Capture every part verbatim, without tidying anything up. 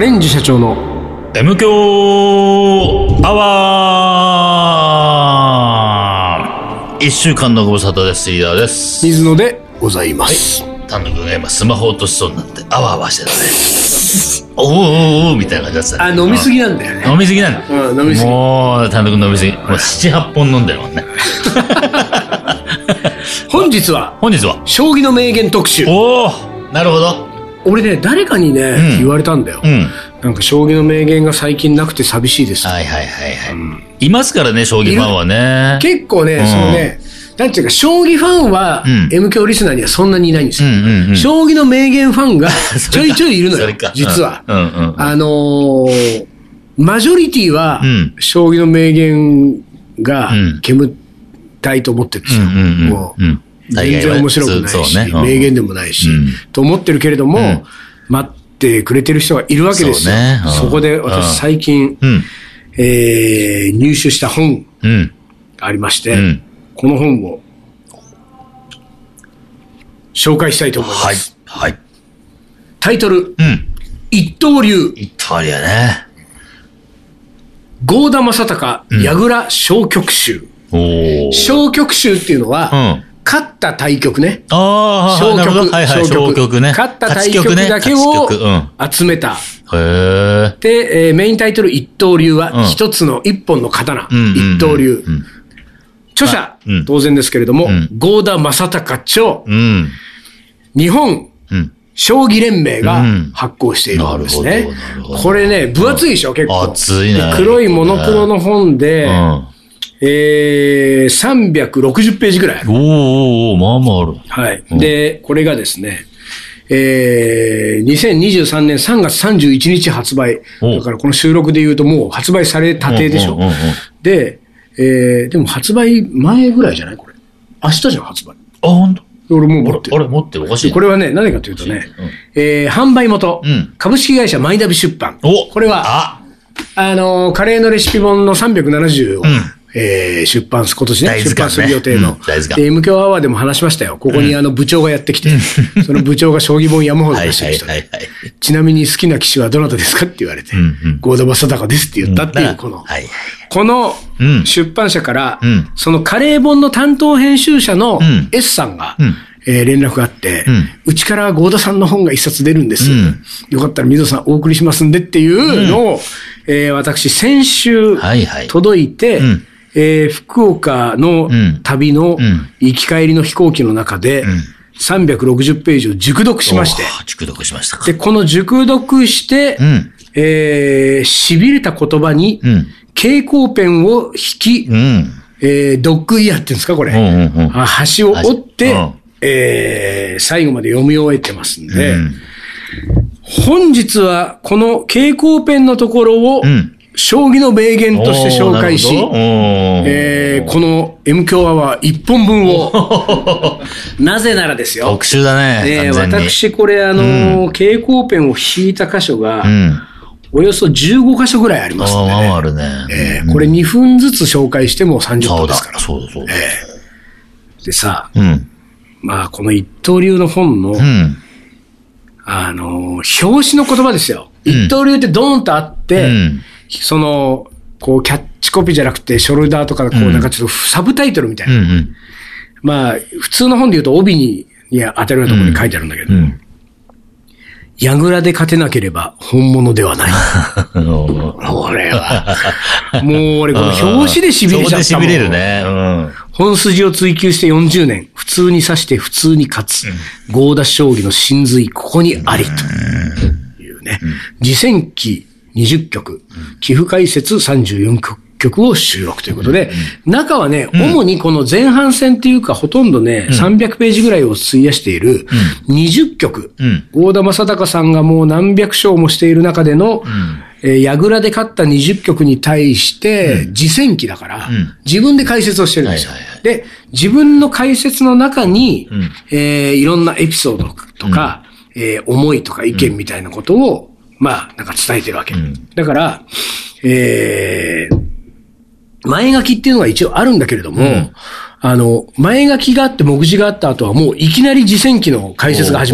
レンジ社長の M 強アワー。一週間のご無沙汰です。リーダーです。 水野でございます。 はい、丹野くんが今スマホ落としそうになってあわあわしてたね。おーおーおーみたいな感じだったね。 あ、飲みすぎなんだよね。 飲みすぎなんだ。 うん、飲みすぎ。 もう丹野くん飲みすぎ。もう七八本飲んでるもんね。 本日は本日は将棋の名言特集。 おお、なるほど。 俺ね、誰かにね、うん、言われたんだよ。 うん。 なんか将棋の名言が最近なくて寂しいです。 はいはいはいはい。うん、いますからね、将棋ファンはね。 結構ね、うん、そのね、なんていうか、将棋ファンは、うん、M 強リスナーにはそんなにいないんですよ。うんうんうん、将棋の名言ファンがちょいちょいいるのよ、実は。うんうんうん、あのー、マジョリティは、うん、将棋の名言が煙たいと思ってるんですよ。うんうんうん、もう、うん、全然面白くないし、ね、名言でもないし、うん、と思ってるけれども、うん、待ってくれてる人がいるわけですよ。 そ,、ね、そこで私最近、うん、えー、入手した本がありまして、うん、この本を紹介したいと思います。はい。はい、タイトル、うん、一刀流。 一刀流ね。 郷田正孝、矢倉小局集。小局集っていうのは、うん、勝った対局ね。 ああ、 小局、 はいはい、小局ね。 勝った対局だけを集めた。へー。で、えー、メインタイトル一刀流は、一つの一本の刀。うん、一刀流。うん、著者、うん、当然ですけれども、郷田正孝著、うん、日本、うん、将棋連盟が発行している本ですね。うん、これね、分厚いでしょ、結構。 厚いね。 黒いモノクロの本で、うんえー、さんびゃくろくじゅうページぐらいある。 おーおー、まあまあある。 はい。うん、で、これがですね、えー、にせんにじゅうさんねんさんがつさんじゅういちにち発売。だからこの収録で言うともう発売されたてでしょ。で、えー、でも発売前ぐらいじゃないこれ。明日じゃん、発売。 あ、ほんと？ 俺もう持ってる。 あれ、持ってるおかしい、ね。 これはね、何かというとね、うん、えー、販売元、うん、株式会社マイナビ出版。おこれは、あ、あのー、カレーのレシピ本のさんびゃくななじゅうを、うんえー、出版す、今年ね、ね出版する予定の。うん、で、M 強アワーでも話しましたよ。ここにあの部長がやってきて、うん、その部長が将棋本山ほど出してきた、ね。ちなみに好きな棋士はどなたですかって言われて、郷田正孝ですって言ったっていう、この、うんはい、この出版社から、うん、そのカレー本の担当編集者の S さんが、うんえー、連絡があって、うち、ん、から郷田さんの本が一冊出るんです。うん、よかったら水野さんお送りしますんでっていうのを、うんえー、私先週届いて、はいはいうんえー、福岡の旅の行き帰りの飛行機の中でさんびゃくろくじゅうページを熟読しまして。 熟読しましたか。 で、この熟読して、うんえー、痺れた言葉に蛍光ペンを引き、うんえー、ドッグイヤーって言うんですかこれ。うんうんうん、端を折って、うんえー、最後まで読み終えてますんで、うん、本日はこの蛍光ペンのところを、うん将棋の名言として紹介し、えー、この M 強アワーいっぽんぶんを、なぜならですよ。 特集だね。 ね私これあの、うん、蛍光ペンを引いた箇所が、うん、およそじゅうごかしょぐらいありますので、ね、 ああるね、 えー。これにふんずつ紹介してもさんじゅっぷんですから。 そうだ、そうだ。そうだえー、でさ、うん、まあこの一刀流の本の、うん、あの、表紙の言葉ですよ。うん、一刀流ってドーンとあって、うんその、こう、キャッチコピーじゃなくて、ショルダーとか、こう、なんかちょっとサブタイトルみたいな。うんうん、まあ、普通の本で言うと帯に、に当たるようなところに書いてあるんだけど、うん、矢倉で勝てなければ本物ではない。俺は、もう俺この表紙で痺れちゃったもん。 そこで痺れるね。うん、 本筋を追求してよんじゅうねん、普通に指して普通に勝つ。郷田将棋の真髄、ここにありというね。次戦記にじゅっきょく、棋譜解説さんじゅうよんきょくを収録ということで、うん、中はね、うん、主にこの前半戦っていうかほとんどね、うん、さんびゃくページぐらいを費やしているにじゅっきょく、郷、うん、田正孝さんがもう何百勝もしている中での、うんえー、矢倉で勝ったにじゅっきょくに対して、次戦記だから、うん、自分で解説をしてるんですよ。はいはいはい、で、自分の解説の中に、うんえー、いろんなエピソードとか、うんえー、思いとか意見みたいなことを、まあ、なんか伝えてるわけ。うん、だから、えー、前書きっていうのが一応あるんだけれども、うん、あの、前書きがあって目次があった後はもういきなり次戦記の解説が始まるんだよ。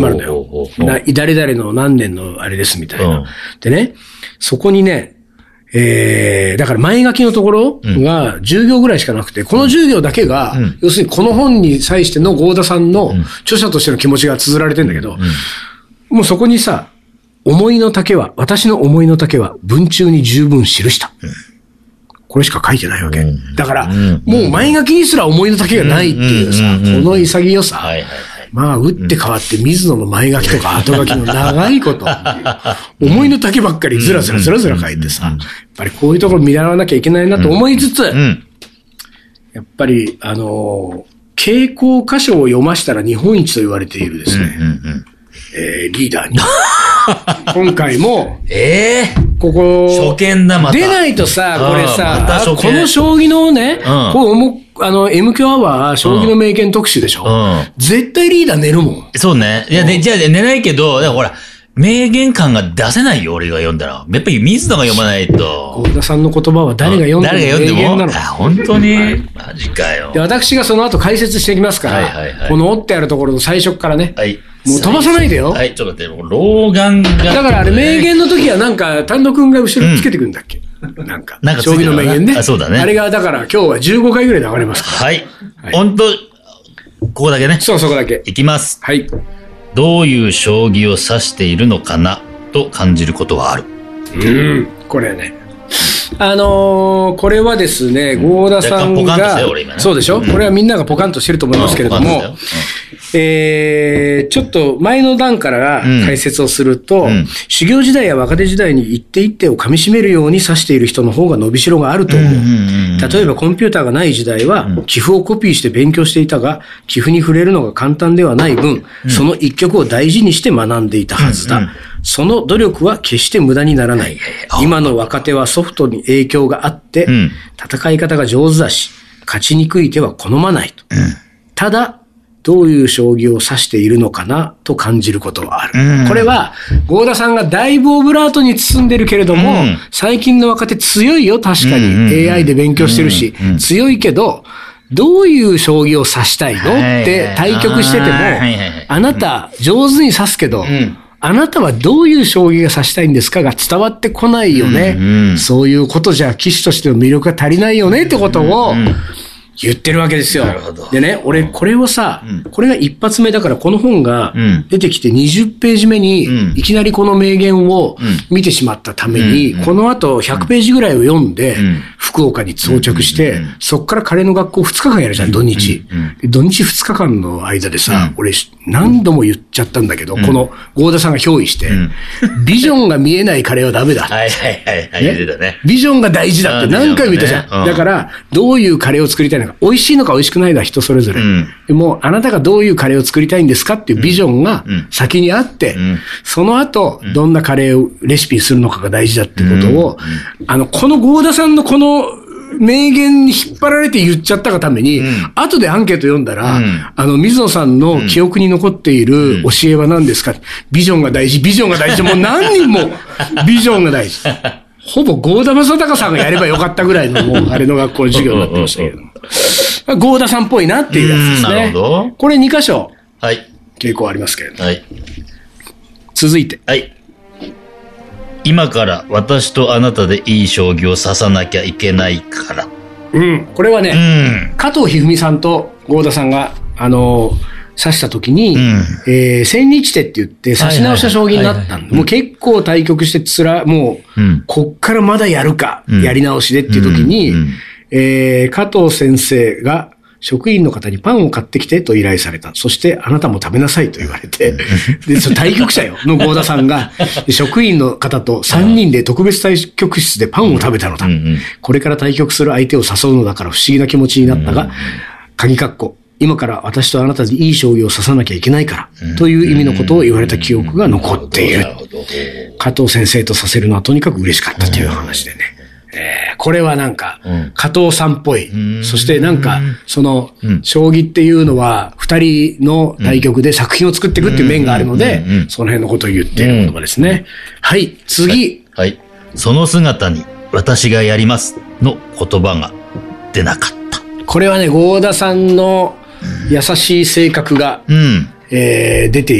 ほうほう誰々の何年のあれですみたいな。うん、でね、そこにね、えー、だから前書きのところがじゅうぎょうぐらいしかなくて、うん、このじゅうぎょうだけが、うん、要するにこの本に際しての郷田さんの著者としての気持ちが綴られてんだけど、うん、もうそこにさ、思いの丈は、私の思いの丈は文中に十分記した。うん、これしか書いてないわけ。うん、だから、うん、もう前書きにすら思いの丈がないっていうさ、うん、この潔さ。はいはいはい、まあ、打って変わって水野の前書きとか後書きの長いこと。思いの丈ばっかりずらずらずらずら書いてさ、やっぱりこういうところ見習わなきゃいけないなと思いつつ、やっぱり、あの、傾向箇所を読ましたら日本一と言われているですね、えー、リーダーに。今回も、 ええー、 ここ、 初見だまた。 出ないとさ、これさ、ま、この将棋のね、うん、こう思あの、エムキュー アワー、将棋の名言特集でしょ、うん、絶対リーダー寝るもん。 そうね。いや、ね、じゃあ寝ないけど、ほら、名言感が出せないよ、俺が読んだら。やっぱり水野が読まないと。 郷田さんの言葉は誰が読んでも名言なの。 あ、本当にマジかよ。 で、私がその後解説していきますから、はいはいはい、この折ってあるところの最初からね。はい。もう飛ばさないでよ。 はい、ちょっと待って、老眼が、ね。 だからあれ、名言の時はなんか、丹野くんが後ろにつけてくんだっけ、うん、なんか。なんか将棋の名言ね。 あ、そうだね。 あれが、だから今日はじゅうごかいぐらい流れますから。 はい。はい、ほんと、ここだけね。 そう、そこだけ。 いきます。 はい。 どういう将棋を指しているのかなと感じることはある。 うん。これね。あのー、これはですね、郷田さんが、ね、そうでしょ、うん、これはみんながポカンとしてると思いますけれども、うん、えー、ちょっと前の段から解説をすると、うん、修行時代や若手時代に一手一手を噛み締めるように指している人の方が伸びしろがあると思う。例えばコンピューターがない時代は、棋譜をコピーして勉強していたが、棋譜に触れるのが簡単ではない分、その一局を大事にして学んでいたはずだ。うんうん、その努力は決して無駄にならない。今の若手はソフトに影響があって、うん、戦い方が上手だし、勝ちにくい手は好まないと。うん、ただ、どういう将棋を指しているのかなと感じることはある。うん、これは、郷田さんがだいぶオブラートに包んでるけれども、うん、最近の若手強いよ、確かに。うんうん、エーアイ で勉強してるし、うんうん、強いけど、どういう将棋を指したいのって対局してても、あなた上手に指すけど、うんあなたはどういう将棋が指したいんですかが伝わってこないよね。うんうん、そういうことじゃ棋士としての魅力が足りないよねってことを言ってるわけですよ。なるほど。でね、俺これをさ、うん、これが一発目だからこの本が出てきてにじゅっページ目にいきなりこの名言を見てしまったために、うん、この後ひゃくページぐらいを読んで福岡に到着して、そっからカレーの学校ふつかかんやるじゃん、土日。土日ふつかかんの間でさ、俺何度も言っちゃったんだけど、この郷田さんが憑依して、ビジョンが見えないカレーはダメだ。 はいはいはいはい。言ってたね。 ビジョンが大事だって何回も言ったじゃん。だから、どういうカレーを作りたいのか、美味しいのか美味しくないのは人それぞれ。でも、あなたがどういうカレーを作りたいんですかっていうビジョンが先にあって、その後、どんなカレーをレシピにするのかが大事だってことを、あの、この郷田さんのこの、名言に引っ張られて言っちゃったがために、うん、後でアンケート読んだら、うん、あの、水野さんの記憶に残っている教えは何ですか、うん、ビジョンが大事、ビジョンが大事。もう何人もビジョンが大事。ほぼ郷田正孝さんがやればよかったぐらいの、もう、あれの学校の授業になってましたけど。郷田さんっぽいなっていうやつですね。なるほど。これに箇所、はい。傾向ありますけれども。はい。続いて。はい。 今から私とあなたでいい将棋を指さなきゃいけないから。 うん。これはね、うん、加藤一二三さんと郷田さんが、あのー、指したときに、うん、えー、千日手って言って指し直した将棋になったんで、もう結構対局してつら、もう、うん、こっからまだやるか、うん、やり直しでっていうときに、うんうん、えー、加藤先生が、職員の方にパンを買ってきてと依頼された。そしてあなたも食べなさいと言われて、で、その対局者よの郷田さんが、職員の方とさんにんで特別対局室でパンを食べたのだ。これから対局する相手を誘うのだから不思議な気持ちになったが、鍵括弧。今から私とあなたでいい将棋を指さなきゃいけないから、という意味のことを言われた記憶が残っている。加藤先生とさせるのはとにかく嬉しかったという話でね。えー、これはなんか、加藤さんっぽい。うん、そしてなんか、その、将棋っていうのは、二人の対局で作品を作っていくっていう面があるので、その辺のことを言っている言葉ですね。はい、次、 はい。はい。その姿に、私がやりますの言葉が出なかった。 これはね、郷田さんの優しい性格が、うん、えー、出ている。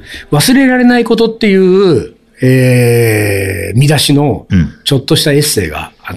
忘れられないことっていう、えー、見出しの、ちょっとしたエッセイがあって、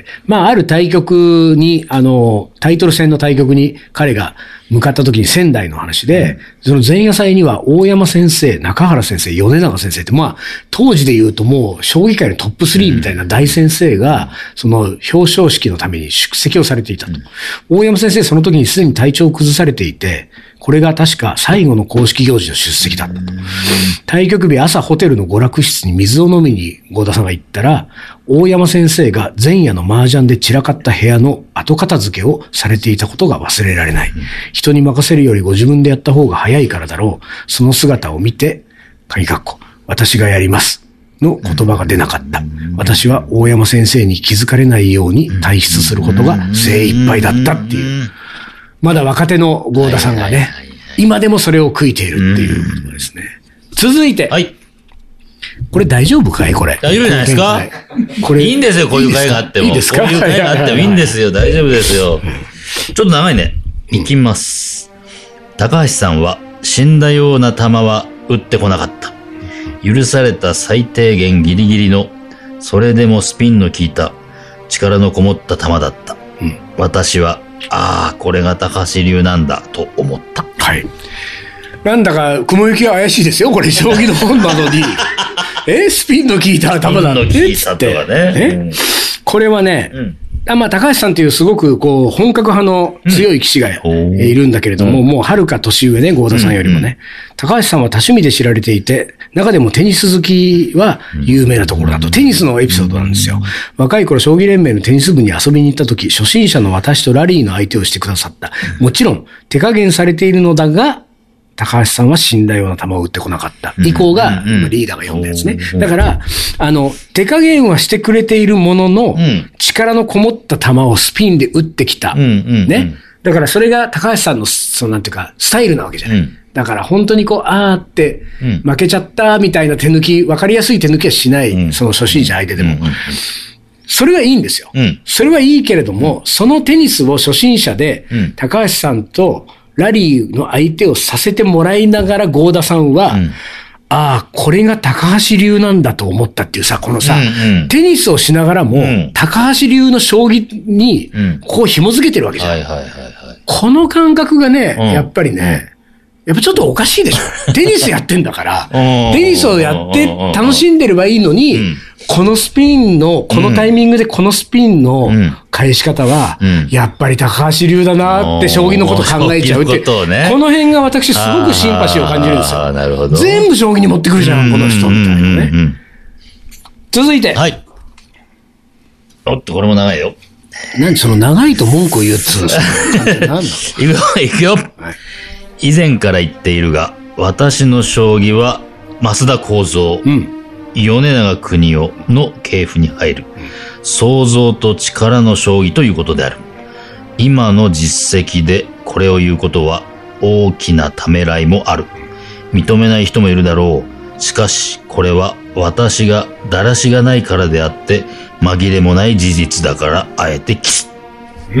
うん、まあ、ある対局に、あの、タイトル戦の対局に彼が向かった時に仙台の話で、うん、その前夜祭には大山先生、中原先生、米長先生って、まあ、当時で言うともう、将棋界のトップスリーみたいな大先生が、その表彰式のために出席をされていたと。うん、大山先生、その時にすでに体調を崩されていて、これが確か最後の公式行事の出席だったと。対局日朝ホテルの娯楽室に水を飲みに郷田さんが行ったら、大山先生が前夜の麻雀で散らかった部屋の後片付けをされていたことが忘れられない。人に任せるよりご自分でやった方が早いからだろう。その姿を見て、鍵括弧、私がやります。の言葉が出なかった。私は大山先生に気づかれないように退出することが精一杯だったっていう。まだ若手の郷田さんがね、今でもそれを悔いているっていうことですね。続いて。はい。これ大丈夫かいこれ。 大丈夫じゃないですかこれ。いいんですよ、こういう会があっても。 いいですかこういう会があってもいいんですよ。大丈夫ですよ。ちょっと長いね。いきます。高橋さんは死んだような球は打ってこなかった。許された最低限ギリギリの、それでもスピンの効いた、力のこもった球だった。うん、私は、ああ、これが高橋流なんだと思った。 はい。なんだか雲行きは怪しいですよ。これ将棋の本なのに。えスピンの効いた球だって。スピンの効いたとかね。え、うん、これはね、うんあまあ、高橋さんというすごく、こう、本格派の強い棋士がいるんだけれども、うん、もうはるか年上ね、郷田さんよりもね、うんうん。高橋さんは多趣味で知られていて、中でもテニス好きは有名なところだと。テニスのエピソードなんですよ。若い頃、将棋連盟のテニス部に遊びに行った時、初心者の私とラリーの相手をしてくださった。もちろん、手加減されているのだが、高橋さんは死んだような球を打ってこなかった。以降が、リーダーが読んだやつね。だから、あの、手加減はしてくれているものの、力のこもった球をスピンで打ってきた。ね。だからそれが高橋さんの、そのなんていうか、スタイルなわけじゃない。だから本当にこう、あーって、負けちゃったみたいな手抜き、わかりやすい手抜きはしない。その初心者相手でも。それはいいんですよ。それはいいけれども、そのテニスを初心者で、高橋さんと、ラリーの相手をさせてもらいながら郷田さんは、うん、ああ、これが高橋流なんだと思ったっていうさ、このさ、うんうん、テニスをしながらも、うん、高橋流の将棋に、こう紐づけてるわけじゃん。はいはいはいはい、この感覚がね、うん、やっぱりね、やっぱちょっとおかしいでしょ。テニスやってんだから、テニスをやって楽しんでればいいのに、うん、このスピンの、このタイミングでこのスピンの返し方は、うん、やっぱり高橋流だなって将棋のこと考えちゃうっていう。こね、この辺が私すごくシンパシーを感じるんですよ。なるほど。全部将棋に持ってくるじゃん、この人みたいなね。続いて。はい。 おっと、これも長いよ。 何その長いと文句を言うっつうんですか何なの？ いくよ、いくよ。はい以前から言っているが、私の将棋は、増田幸三、うん、米長邦夫の系譜に入る、創造と力の将棋ということである。今の実績でこれを言うことは、大きなためらいもある。認めない人もいるだろう。しかし、これは私がだらしがないからであって、紛れもない事実だから、あえて記す。 うん。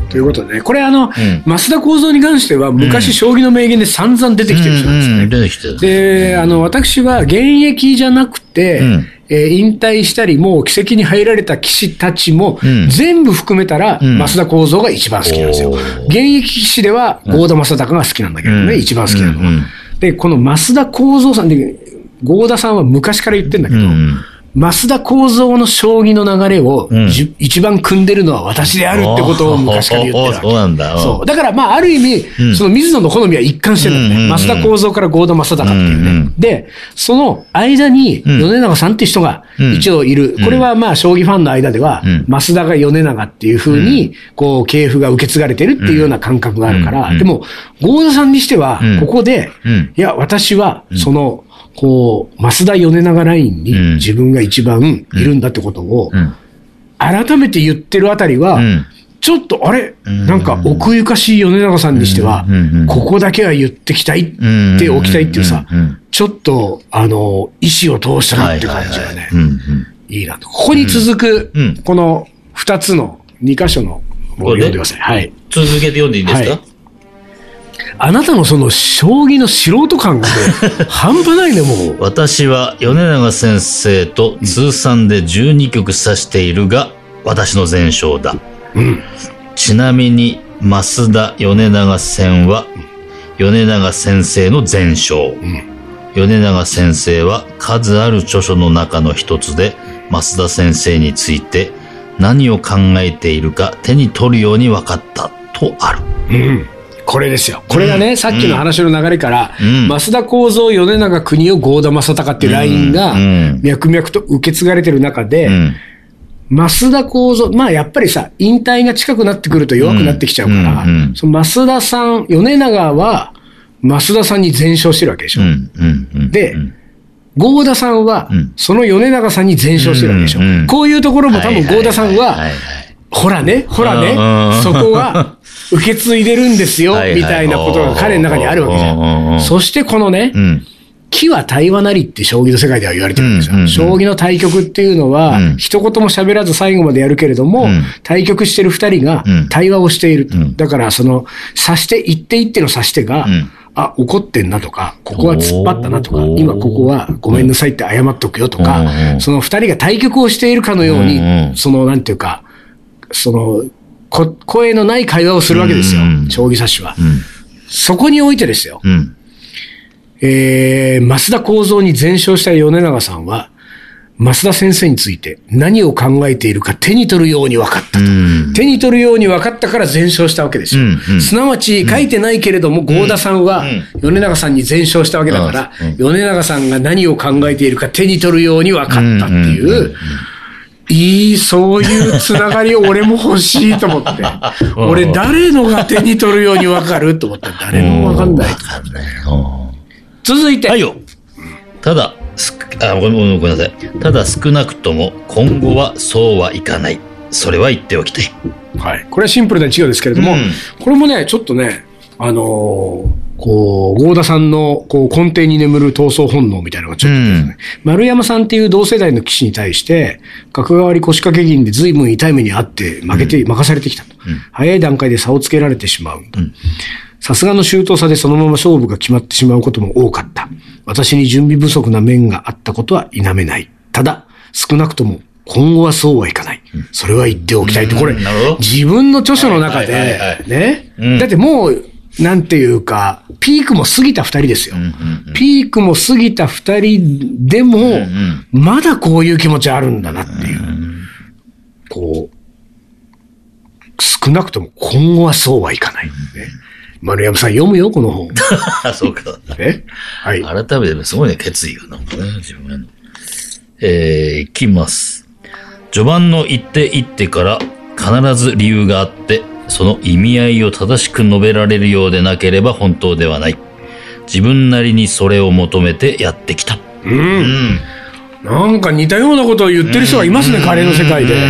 ということでね。これあの、うん、増田幸三に関しては昔将棋の名言で散々出てきてる人なんですね。うんうん、出てきてる。で、あの、私は現役じゃなくて、うんえー、引退したり、もう奇跡に入られた棋士たちも、全部含めたら、うん、増田幸三が一番好きなんですよ。現役棋士では、郷田正孝が好きなんだけどね、うん、一番好きなのは、うんうん。で、この増田幸三さんで、郷田さんは昔から言ってんだけど、うん増田幸三の将棋の流れを、うん、一番組んでるのは私であるってことを昔から言ってるわけ。 そうなんだ。 そう。だからまあある意味、うん、その水野の好みは一貫してるんだね。増田幸三から郷田正孝っていうね、うんうん。で、その間に米長さんっていう人が一応いる。うん、これはまあ将棋ファンの間では、うん、増田が米長っていう風に、こう系譜が受け継がれてるっていうような感覚があるから、うん、でも、郷田さんにしては、ここで、うん、いや、私は、その、こう、増田米長ラインに自分が一番いるんだってことを、改めて言ってるあたりは、ちょっと、あれなんか奥ゆかしい米長さんにしては、ここだけは言ってきたいっておきたいっていうさ、ちょっと、あの、意志を通したなって感じがね、いいなと。ここに続く、この二つの、二箇所の、読んでください。はい。 続けて読んでいいですか？はいあなたのその将棋の素人感がもう半端ないね、もう。 私は米長先生と通算でじゅうにきょく指しているが、私の全勝だ。うん、ちなみに、増田米長戦は、米長先生の全勝。うん、米長先生は数ある著書の中の一つで、増田先生について何を考えているか手に取るように分かったとある。 うん、これですよ。これがね、うん、さっきの話の流れから、うん、増田幸三、米長邦夫、合田正孝っていうラインが脈々と受け継がれてる中で、うん、増田幸三、まあやっぱりさ、引退が近くなってくると弱くなってきちゃうから、うんうんうん、その増田さん、米長は増田さんに全勝してるわけでしょ。うんうんうん、で、合田さんは、その米長さんに全勝してるわけでしょ。うんうん、こういうところも多分合田さんは、ほらね、ほらね、そこは受け継いでるんですよ、みたいなことが彼の中にあるわけじゃん。そしてこのね、うん、機は対話なりって将棋の世界では言われてるんですよ。うんうんうん、将棋の対局っていうのは、うん、一言も喋らず最後までやるけれども、うん、対局してる二人が対話をしている。うん、だからその、指して、一手一手の指し手が、うん、あ、怒ってんなとか、ここは突っ張ったなとか、今ここはごめんなさいって謝っとくよとか、うん、その二人が対局をしているかのように、うん、そのなんていうか、その、こ声のない会話をするわけですよ。うん、将棋指しは、うん。そこにおいてですよ。うん、えー、増田幸三に全勝した米長さんは、増田先生について何を考えているか手に取るように分かったと。うん、手に取るように分かったから全勝したわけですよ。うんうん、すなわち書いてないけれども、合田さんは米長さんに全勝したわけだから、うんうん、米長さんが何を考えているか手に取るように分かったっていう、うんうんうん、いい、そういうつながりを俺も欲しいと思って。俺誰のが手に取るように分かると思ったら誰も分かんない。続いて。 はいよ。ただ、あ、ごめんなさい。ただ少なくとも今後はそうはいかない。それは言っておきたい。 はい。これはシンプルな一行ですけれども、うん、これもね、ちょっとね、あのー、こう、合田さんの、こう、根底に眠る闘争本能みたいなのがちょっとですね、うん、丸山さんっていう同世代の棋士に対して、角換わり腰掛け銀で随分痛い目にあって負けて、うん、任されてきたと、うん。早い段階で差をつけられてしまうと。うん、さすがの周到さでそのまま勝負が決まってしまうことも多かった。私に準備不足な面があったことは否めない。ただ、少なくとも今後はそうはいかない。それは言っておきたいって、これ、自分の著書の中で、ね、だってもう、なんていうか、ピークも過ぎた二人ですよ。ピークも過ぎた二人でも、まだこういう気持ちあるんだなっていう。こう、少なくとも今後はそうはいかない。ね、丸山さん読むよ、この本。 そうか。 えはい。 改めてすごいね、決意がなんかね、自分の。えー、いきます。序盤の一手一手から必ず理由があって、その意味合いを正しく述べられるようでなければ本当ではない。自分なりにそれを求めてやってきた。うん。うん、 なんか似たようなことを言ってる人がいますね、カレーの世界で。うんうん、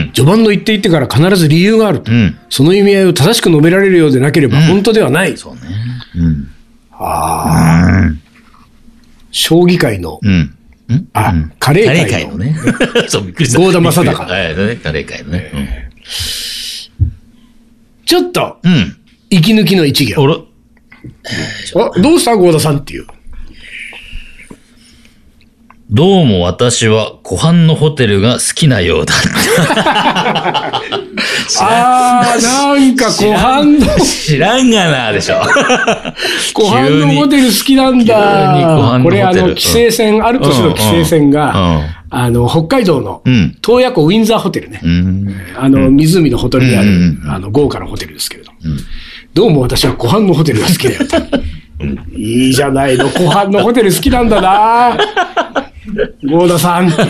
序盤の言って言ってから必ず理由があると、うん。その意味合いを正しく述べられるようでなければ本当ではない。うん、そうね。うん。ああ、うん。将棋界の、うん、あ、うん、カレー界のね。そう、びっくりした。合田正孝。 はい、カレー界のね。うん、 ちょっと、うん、息抜きの一行。あら、あ、どうした合田さんっていう。 どうも私は湖畔のホテルが好きなようだ。 ああ、なんか湖畔の。 知らんがな、でしょ。 湖畔のホテル好きなんだ。これあの、規制線、ある年の規制線が、あの、北海道の、洞爺湖ウィンザーホテルね。あの、湖のほとりにある、あの、豪華なホテルですけれど。どうも私は湖畔のホテルが好きだよ。いいじゃないの、湖畔のホテル好きなんだな。合田さんっていう。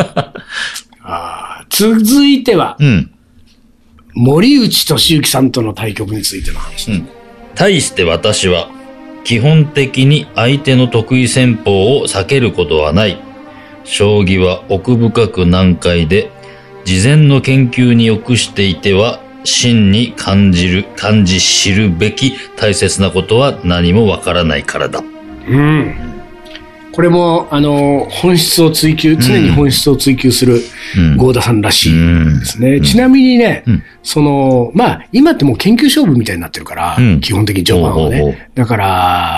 あ、続いては、うん、森内俊之さんとの対局についての話、うん。 対して私は、基本的に相手の得意戦法を避けることはない。将棋は奥深く難解で、事前の研究に臆していては、真に感じる、感じ知るべき大切なことは何もわからないからだ。 うん。 これも、あの、本質を追求、常に本質を追求する合田さんらしいですね。うん、ちなみにね、うん、その、まあ、今ってもう研究勝負みたいになってるから、うん、基本的に序盤はね。おうおうだから、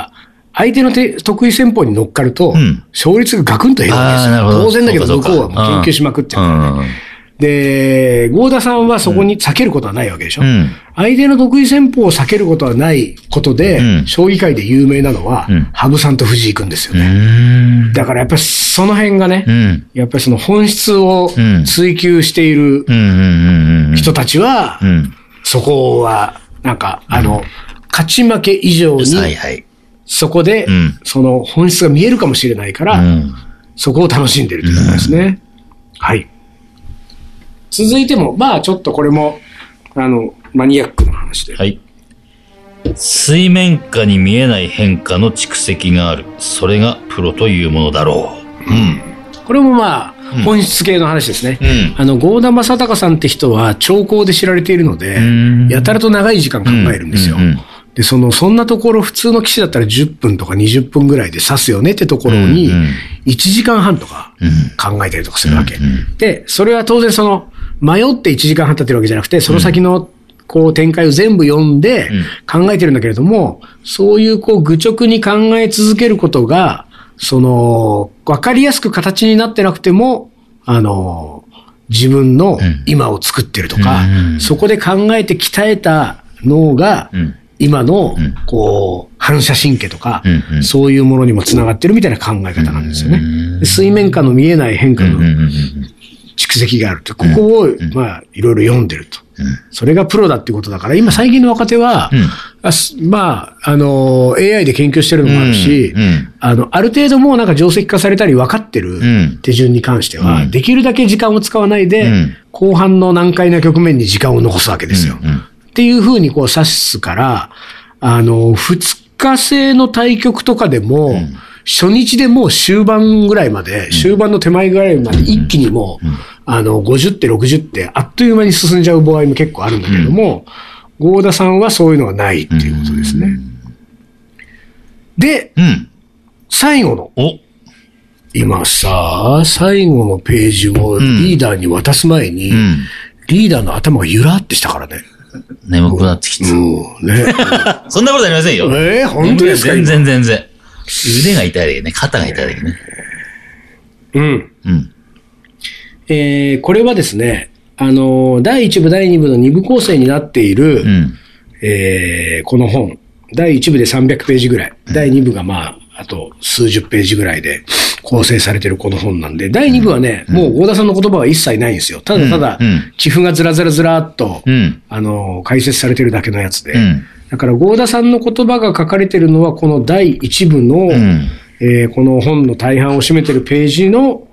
相手の得意戦法に乗っかると、うん、勝率がガクンと減るわけですよ。当然だけど、向こうはもう研究しまくってるからね。で、合田さんはそこに避けることはないわけでしょ。うん、相手の得意戦法を避けることはないことで、うん、将棋界で有名なのは、うん、羽生さんと藤井君ですよね。だからやっぱりその辺がね、うん、やっぱりその本質を追求している人たちは、うん、そこは、なんか、あの、うん、勝ち負け以上に、はいはい、そこで、うん、その本質が見えるかもしれないから、うん、そこを楽しんでるということですね。うん、はい。続いても、まあちょっとこれも、あの、マニアックな話で。 はい。水面下に見えない変化の蓄積がある。それがプロというものだろう。うん。 これもまあ、本質系の話ですね。うん、あの、合田正孝さんって人は長考で知られているので、やたらと長い時間考えるんですよ。うんうんうん、で、その、そんなところ普通の棋士だったらじゅっぷんとかにじゅっぷんぐらいで指すよねってところに、いちじかんはんとか考えたりとかするわけ。うんうん、で、それは当然その、迷っていちじかんはん経ってるわけじゃなくて、その先のこう展開を全部読んで考えてるんだけれども、うん、そういうこう愚直に考え続けることが、その、わかりやすく形になってなくても、あの、自分の今を作ってるとか、うん、そこで考えて鍛えた脳が、今の、こう、反射神経とか、うん、そういうものにもつながってるみたいな考え方なんですよね。で水面下の見えない変化の蓄積があると。ここを、まあ、いろいろ読んでると。それがプロだっていうことだから、今最近の若手は、うん、まあ、あの、エーアイ で研究してるのもあるし、うんうん、あの、ある程度もうなんか定石化されたり分かってる手順に関しては、うん、できるだけ時間を使わないで、うん、後半の難解な局面に時間を残すわけですよ。うんうん、っていうふうにこう指すから、あの、二日制の対局とかでも、うん初日でもう終盤ぐらいまで、うん、終盤の手前ぐらいまで一気にもう、うん、あの、ごじゅってろくじゅってあっという間に進んじゃう場合も結構あるんだけれども、うん、合田さんはそういうのがないっていうことですね。うん、で、うん、最後の、今さ、最後のページをリーダーに渡す前に、うん、リーダーの頭がゆらってしたからね。 眠くなってきた。うん、ね。そんなことありませんよ。 えー、本当ですか？ 全然全然。腕が痛いだけね、肩が痛いだけね。 うん。うん。えー、これはですね、あの、だいいち部、だいに部のに部構成になっている、うん、えー、この本、だいいち部でさんびゃくページぐらい、うん、だいに部がまあ、あと数十ページぐらいで構成されているこの本なんで、だいに部はね、うん、もう合田さんの言葉は一切ないんですよ。ただただ、棋譜がずらずらずらっと、うん、あの、解説されてるだけのやつで、うんだから、合田さんの言葉が書かれているのは、このだいいち部の、うんえー、この本の大半を占めているページの、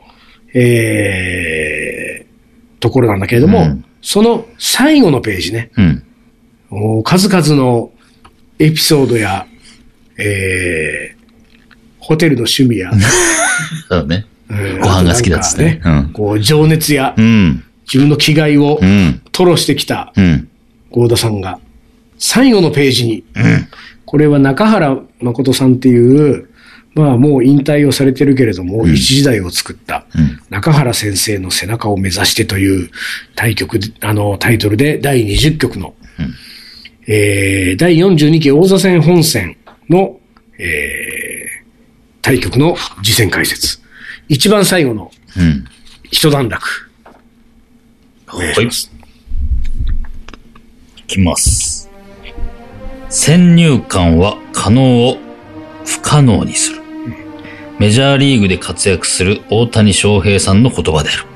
えー、ところなんだけれども、うん、その最後のページね、うん、数々のエピソードや、えー、ホテルの趣味や、 そうね、ご飯が好きだっつってね、 うん、こう情熱や、うん、自分の気概を吐露してきた合田さんが、最後のページに、うん、これは中原誠さんっていう、まあもう引退をされてるけれども、うん、一時代を作った中原先生の背中を目指してという対局、あのタイトルでだいにじゅっ局の、うんえー、だいよんじゅうに期王座戦本戦の、えー、対局の次戦解説。一番最後の一段落。 うん、お願いします。いきます。先入観は可能を不可能にする。メジャーリーグで活躍する大谷翔平さんの言葉である。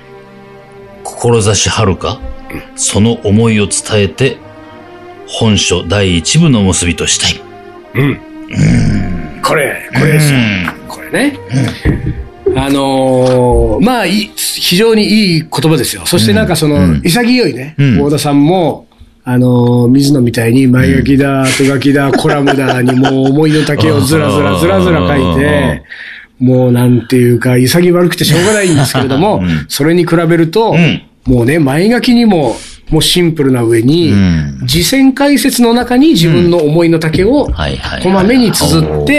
志はるか、その思いを伝えて、本書だいいち部の結びとしたい。 うん。うんこれ、これですよ。これね。うん、あのー、まあ、非常にいい言葉ですよ。そしてなんかその、うん、潔いね、うん、大田さんも、あのー、水野みたいに前書きだ、手書きだ、コラムだにもう思いの丈をずらずらずらずら書いて、もうなんていうか潔悪くてしょうがないんですけれども、うん、それに比べると、うん、もうね、前書きにも、もうシンプルな上に、うん、次戦解説の中に自分の思いの丈をこまめに綴って、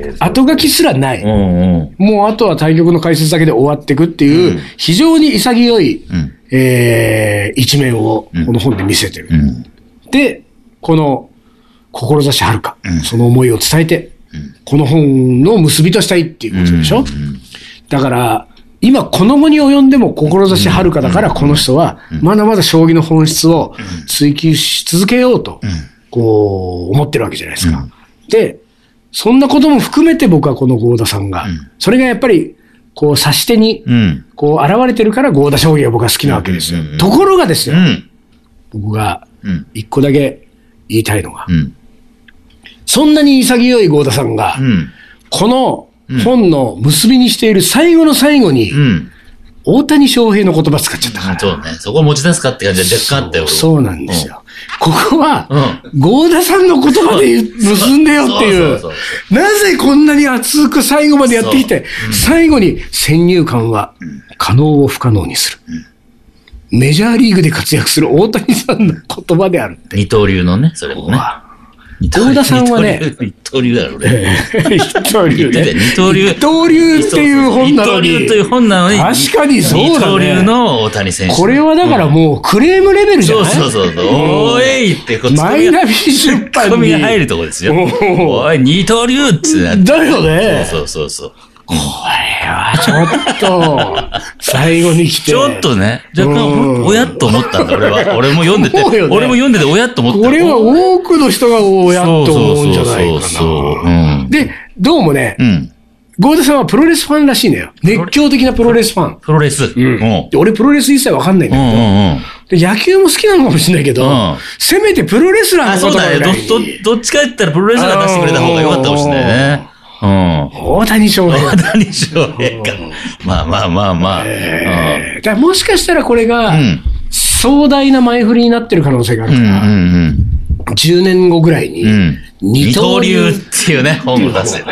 後書きすらない。 うんうん、 もうあとは対局の解説だけで終わっていくっていう、うん、非常に潔い、うん、えー、一面をこの本で見せてる。うん、で、この、志はるか、うん、その思いを伝えて、うん、この本の結びとしたいっていうことでしょ、うんうん、だから、今この後に及んでも志はるかだからこの人はまだまだ将棋の本質を追求し続けようとこう思ってるわけじゃないですか。で、そんなことも含めて僕はこの郷田さんが、それがやっぱりこう指し手にこう現れてるから郷田将棋が僕は好きなわけですよ。ところがですよ、僕が一個だけ言いたいのが、そんなに潔い郷田さんがこの本の結びにしている最後の最後に、うん、大谷翔平の言葉使っちゃったから。うん、 そうね。そこを持ち出すかって感じで若干あったよ。 そう、そうなんですよ。うん、ここは、郷、うん、田さんの言葉で結んでよっていう。なぜこんなに熱く最後までやってきて、うん、最後に先入観は可能を不可能にする。うん、メジャーリーグで活躍する大谷さんの言葉であるって。 二刀流のね、それもね。 郷田さんはね、 一刀流だろうね。 一刀流ね。 二刀流。 一刀流っていう本なのに。 一刀流という本なのに。 確かにそうだね。 二刀流の大谷選手。 これはだからもうクレームレベルじゃない？ そうそうそう。おーいってこと。 マイナビ出版に。 ツッコミが入るとこですよ。おい、二刀流ってなって。 だよね。 そうそうそう。 これはちょっと、最後に来て。 ちょっとね、若干、おやっと思ったんだ、俺は。俺も読んでて、ね、俺も読んでて、おやっと思った。 これは多くの人がおやっと思うんじゃないかな。で、どうもね、郷田さんはプロレスファンらしいのよ。熱狂的なプロレスファン。 プロレス。 うん、俺プロレス一切わかんないんだけど、うんうんうん、で野球も好きなのかもしれないけど、うん、せめてプロレスラーのことがいい。 あ、そうだね。ど、どっちか言ったらプロレスラー出してくれた方がよかったかもしれないね。うん、 大谷翔平。 大谷翔平か。まあまあまあまあ。 えー、だもしかしたらこれが、壮大な前振りになってる可能性があるから、うんうんうん、じゅうねんごぐらいに、うん、 二刀流っていうね、本を出してね。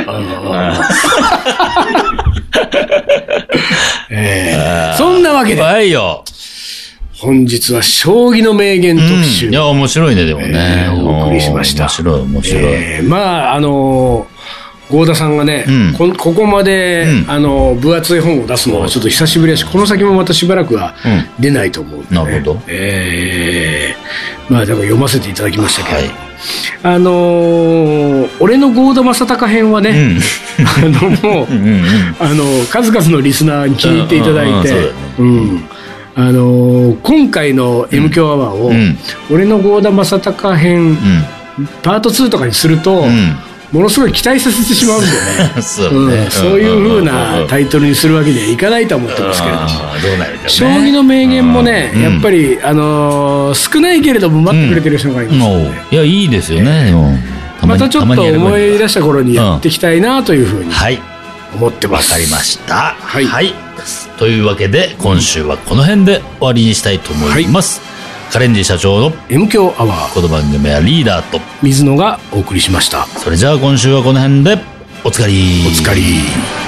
えー、そんなわけで。 はいよ。 本日は将棋の名言特集、 うん。いや、面白いね、でもね。 えー、お送りしました。 面白い、面白い。 えー、まあ、あのー、郷田さんがね、うん、こ, ここまで、うん、あの分厚い本を出すのはちょっと久しぶりだし、この先もまたしばらくは出ないと思うんで、ね、 うん、なるほど。 えー、まあ、だから読ませていただきましたけど、はい、あのー、俺の郷田正孝編はね、うん、あのもう、うんうん、あの数々のリスナーに気に入っていただいて、あのー、今回の M 強アワーを、うん、俺の郷田正孝編、うん、パートツーとかにすると、うんものすごい期待させてしまうんでねそうね、うん、そういう風なタイトルにするわけにはいかないと思ってますけれども、 どうなるかね、 将棋の名言もね、うん、やっぱり、あのー、少ないけれども待ってくれてる人がいますので、うん、 いやいいですよね、 たままたちょっと思い出した頃にやっていきたいなというふうに思ってます。 わかりました、はいはい、というわけで今週はこの辺で終わりにしたいと思います、はいカレンジ社長の M 強アワー。 この番組はリーダーと水野がお送りしました。 それじゃあ今週はこの辺でおつかり。 おつかり。